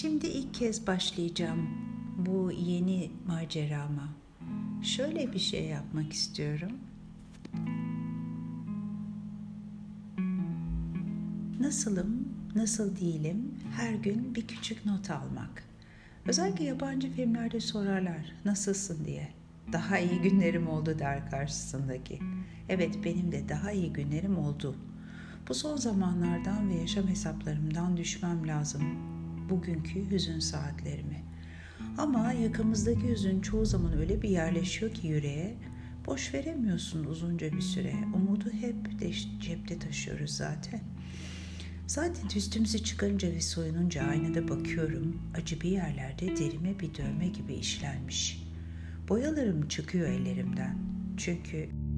Şimdi ilk kez başlayacağım bu yeni macerama. Şöyle bir şey yapmak istiyorum. Nasılım, nasıl değilim, her gün bir küçük not almak. Özellikle yabancı filmlerde sorarlar, nasılsın diye. Daha iyi günlerim oldu der karşısındaki. Evet, benim de daha iyi günlerim oldu. Bu son zamanlardan ve yaşam hesaplarımdan düşmem lazım. Bugünkü hüzün saatlerimi. Ama yakamızdaki hüzün çoğu zaman öyle bir yerleşiyor ki yüreğe, boş veremiyorsun uzunca bir süre. Umudu hep de cepte taşıyoruz zaten. Zaten üstümüzü çıkarınca ve soyununca aynada bakıyorum, acı bir yerlerde derime bir dövme gibi işlenmiş. Boyalarım çıkıyor ellerimden. Çünkü